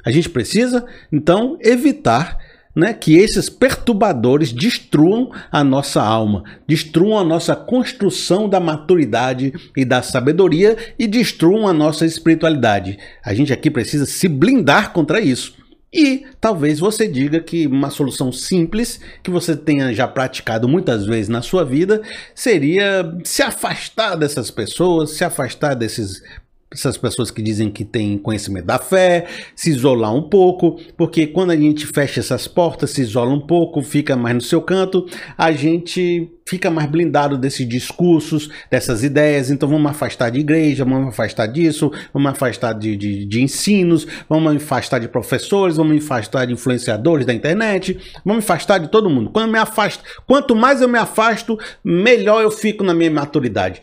A gente precisa, então, evitar, né, que esses perturbadores destruam a nossa alma, destruam a nossa construção da maturidade e da sabedoria e destruam a nossa espiritualidade. A gente aqui precisa se blindar contra isso. E talvez você diga que uma solução simples, que você tenha já praticado muitas vezes na sua vida, seria se afastar dessas pessoas, se afastar essas pessoas que dizem que têm conhecimento da fé, se isolar um pouco, porque quando a gente fecha essas portas, se isola um pouco, fica mais no seu canto, a gente fica mais blindado desses discursos, dessas ideias. Então vamos afastar de igreja, vamos afastar disso, vamos afastar de ensinos, vamos afastar de professores, vamos afastar de influenciadores da internet, vamos afastar de todo mundo. Quando eu me afasto, quanto mais eu me afasto, melhor eu fico na minha maturidade.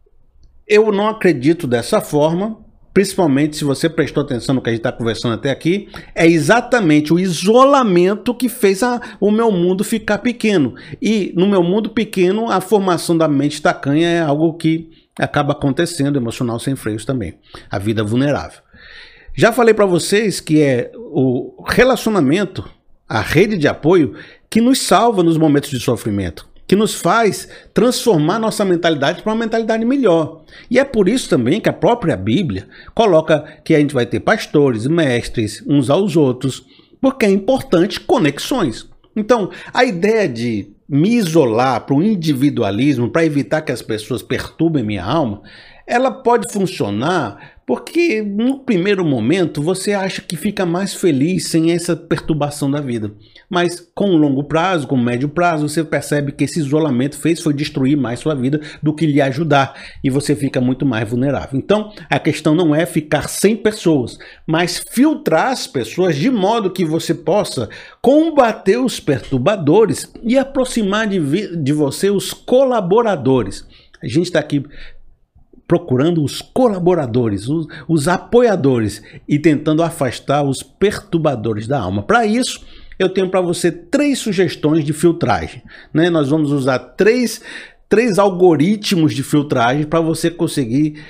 Eu não acredito dessa forma, principalmente se você prestou atenção no que a gente está conversando até aqui, é exatamente o isolamento que fez o meu mundo ficar pequeno. E no meu mundo pequeno, a formação da mente tacanha é algo que acaba acontecendo, emocional sem freios também, a vida vulnerável. Já falei para vocês que é o relacionamento, a rede de apoio, que nos salva nos momentos de sofrimento, que nos faz transformar nossa mentalidade para uma mentalidade melhor. E é por isso também que a própria Bíblia coloca que a gente vai ter pastores, mestres, uns aos outros, porque é importante conexões. Então, a ideia de me isolar para o individualismo, para evitar que as pessoas perturbem minha alma, ela pode funcionar porque no primeiro momento você acha que fica mais feliz sem essa perturbação da vida. Mas com longo prazo, com médio prazo, você percebe que esse isolamento foi destruir mais sua vida do que lhe ajudar. E você fica muito mais vulnerável. Então, a questão não é ficar sem pessoas, mas filtrar as pessoas de modo que você possa combater os perturbadores e aproximar de você os colaboradores. A gente está aqui procurando os colaboradores, os apoiadores e tentando afastar os perturbadores da alma. Para isso, eu tenho para você 3 sugestões de filtragem, né? Nós vamos usar três algoritmos de filtragem para você conseguir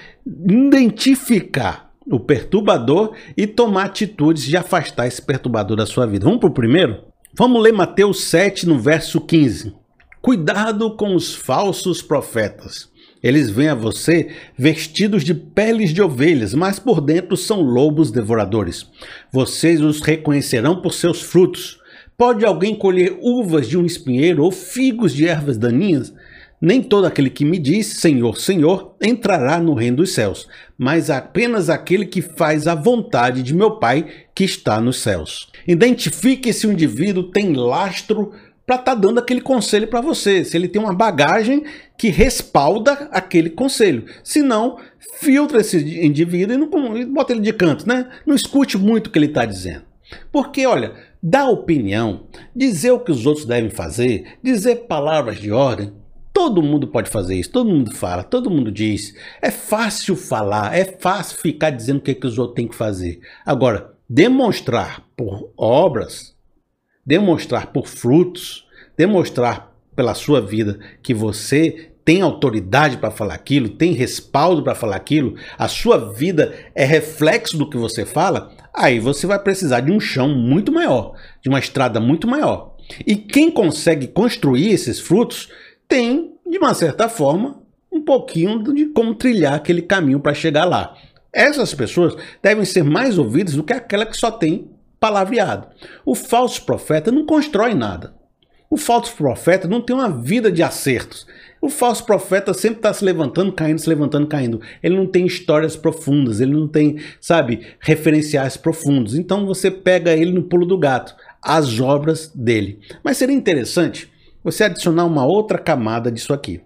identificar o perturbador e tomar atitudes de afastar esse perturbador da sua vida. Vamos para o primeiro? Vamos ler Mateus 7, no verso 15. Cuidado com os falsos profetas. Eles vêm a você vestidos de peles de ovelhas, mas por dentro são lobos devoradores. Vocês os reconhecerão por seus frutos. Pode alguém colher uvas de um espinheiro ou figos de ervas daninhas? Nem todo aquele que me diz, Senhor, Senhor, entrará no reino dos céus, mas apenas aquele que faz a vontade de meu Pai que está nos céus. Identifique se o indivíduo tem lastro para estar dando aquele conselho para você, se ele tem uma bagagem que respalda aquele conselho. Se não, filtra esse indivíduo e bota ele de canto, né? Não escute muito o que ele está dizendo. Porque, olha, dar opinião, dizer o que os outros devem fazer, dizer palavras de ordem, todo mundo pode fazer isso, todo mundo fala, todo mundo diz. É fácil falar, é fácil ficar dizendo o que os outros têm que fazer. Agora, demonstrar por obras, demonstrar por frutos, demonstrar pela sua vida que você tem autoridade para falar aquilo, tem respaldo para falar aquilo, a sua vida é reflexo do que você fala, aí você vai precisar de um chão muito maior, de uma estrada muito maior. E quem consegue construir esses frutos tem, de uma certa forma, um pouquinho de como trilhar aquele caminho para chegar lá. Essas pessoas devem ser mais ouvidas do que aquela que só tem palavreado. O falso profeta não constrói nada. O falso profeta não tem uma vida de acertos. O falso profeta sempre está se levantando, caindo, se levantando, caindo. Ele não tem histórias profundas, ele não tem, sabe, referenciais profundos. Então você pega ele no pulo do gato, as obras dele. Mas seria interessante você adicionar uma outra camada disso aqui.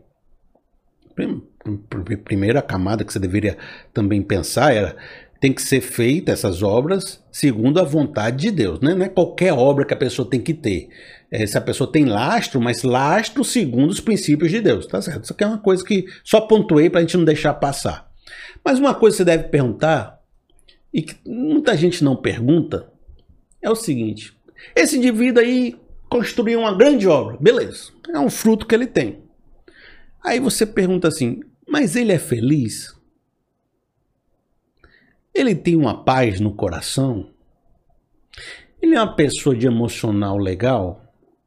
Primeira camada que você deveria também pensar era: tem que ser feita essas obras segundo a vontade de Deus, né? Não é qualquer obra que a pessoa tem que ter. Se a pessoa tem lastro, mas lastro segundo os princípios de Deus, tá certo? Isso aqui é uma coisa que só pontuei para a gente não deixar passar. Mas uma coisa que você deve perguntar, e que muita gente não pergunta, é o seguinte: esse indivíduo aí construiu uma grande obra, beleza, é um fruto que ele tem. Aí você pergunta assim: mas ele é feliz? Ele tem uma paz no coração? Ele é uma pessoa de emocional legal?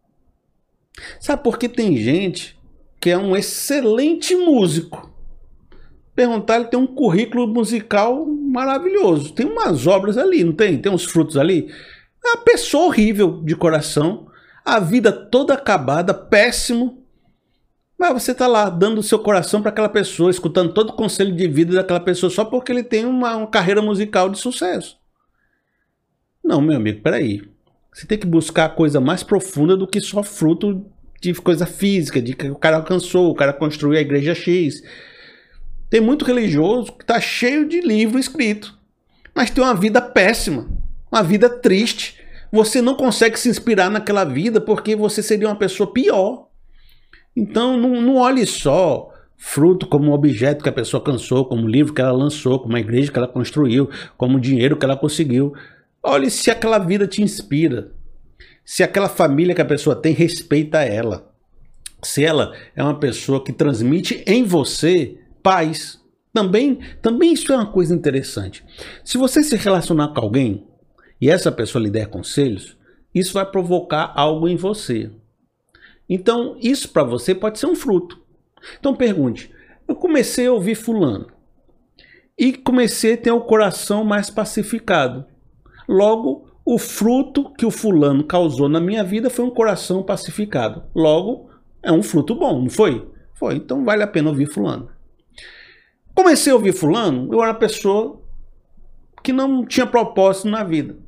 Sabe, porque tem gente que é um excelente músico. Perguntar, ele tem um currículo musical maravilhoso. Tem umas obras ali, não tem? Tem uns frutos ali. É uma pessoa horrível de coração. A vida toda acabada, péssimo. Mas você está lá dando o seu coração para aquela pessoa, escutando todo o conselho de vida daquela pessoa só porque ele tem uma carreira musical de sucesso. Não, meu amigo, peraí. Você tem que buscar a coisa mais profunda do que só fruto de coisa física, de que o cara alcançou, o cara construiu a igreja X. Tem muito religioso que está cheio de livro escrito, mas tem uma vida péssima, uma vida triste. Você não consegue se inspirar naquela vida porque você seria uma pessoa pior. Então não olhe só fruto como um objeto que a pessoa alcançou, como um livro que ela lançou, como a igreja que ela construiu, como o dinheiro que ela conseguiu. Olhe se aquela vida te inspira, se aquela família que a pessoa tem respeita ela, se ela é uma pessoa que transmite em você paz. Também isso é uma coisa interessante. Se você se relacionar com alguém e essa pessoa lhe der conselhos, isso vai provocar algo em você. Então, isso para você pode ser um fruto. Então pergunte, eu comecei a ouvir fulano e comecei a ter o coração mais pacificado. Logo, o fruto que o fulano causou na minha vida foi um coração pacificado. Logo, é um fruto bom, não foi? Foi, então vale a pena ouvir fulano. Comecei a ouvir fulano, eu era uma pessoa que não tinha propósito na vida.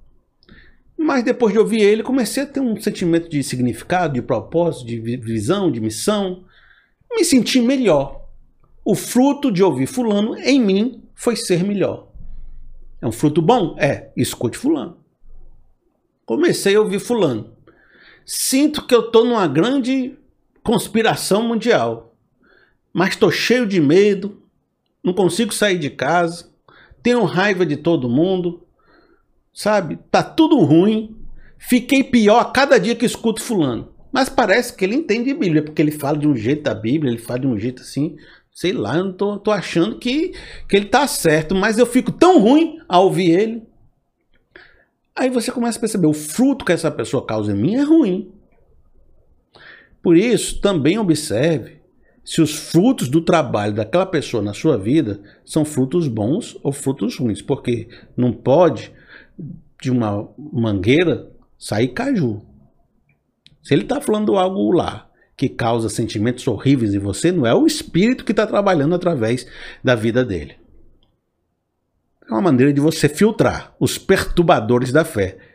Mas depois de ouvir ele, comecei a ter um sentimento de significado, de propósito, de visão, de missão. Me senti melhor. O fruto de ouvir fulano em mim foi ser melhor. É um fruto bom? É, escute fulano. Comecei a ouvir fulano. Sinto que eu estou numa grande conspiração mundial. Mas estou cheio de medo, não consigo sair de casa, tenho raiva de todo mundo. Sabe, tá tudo ruim, fiquei pior a cada dia que escuto fulano. Mas parece que ele entende Bíblia, porque ele fala de um jeito da Bíblia, ele fala de um jeito assim, sei lá, eu não tô achando que ele tá certo, mas eu fico tão ruim ao ouvir ele. Aí você começa a perceber, o fruto que essa pessoa causa em mim é ruim. Por isso, também observe se os frutos do trabalho daquela pessoa na sua vida são frutos bons ou frutos ruins, porque não pode de uma mangueira sair caju. Se ele está falando algo lá que causa sentimentos horríveis em você, não é o espírito que está trabalhando através da vida dele. É uma maneira de você filtrar os perturbadores da fé.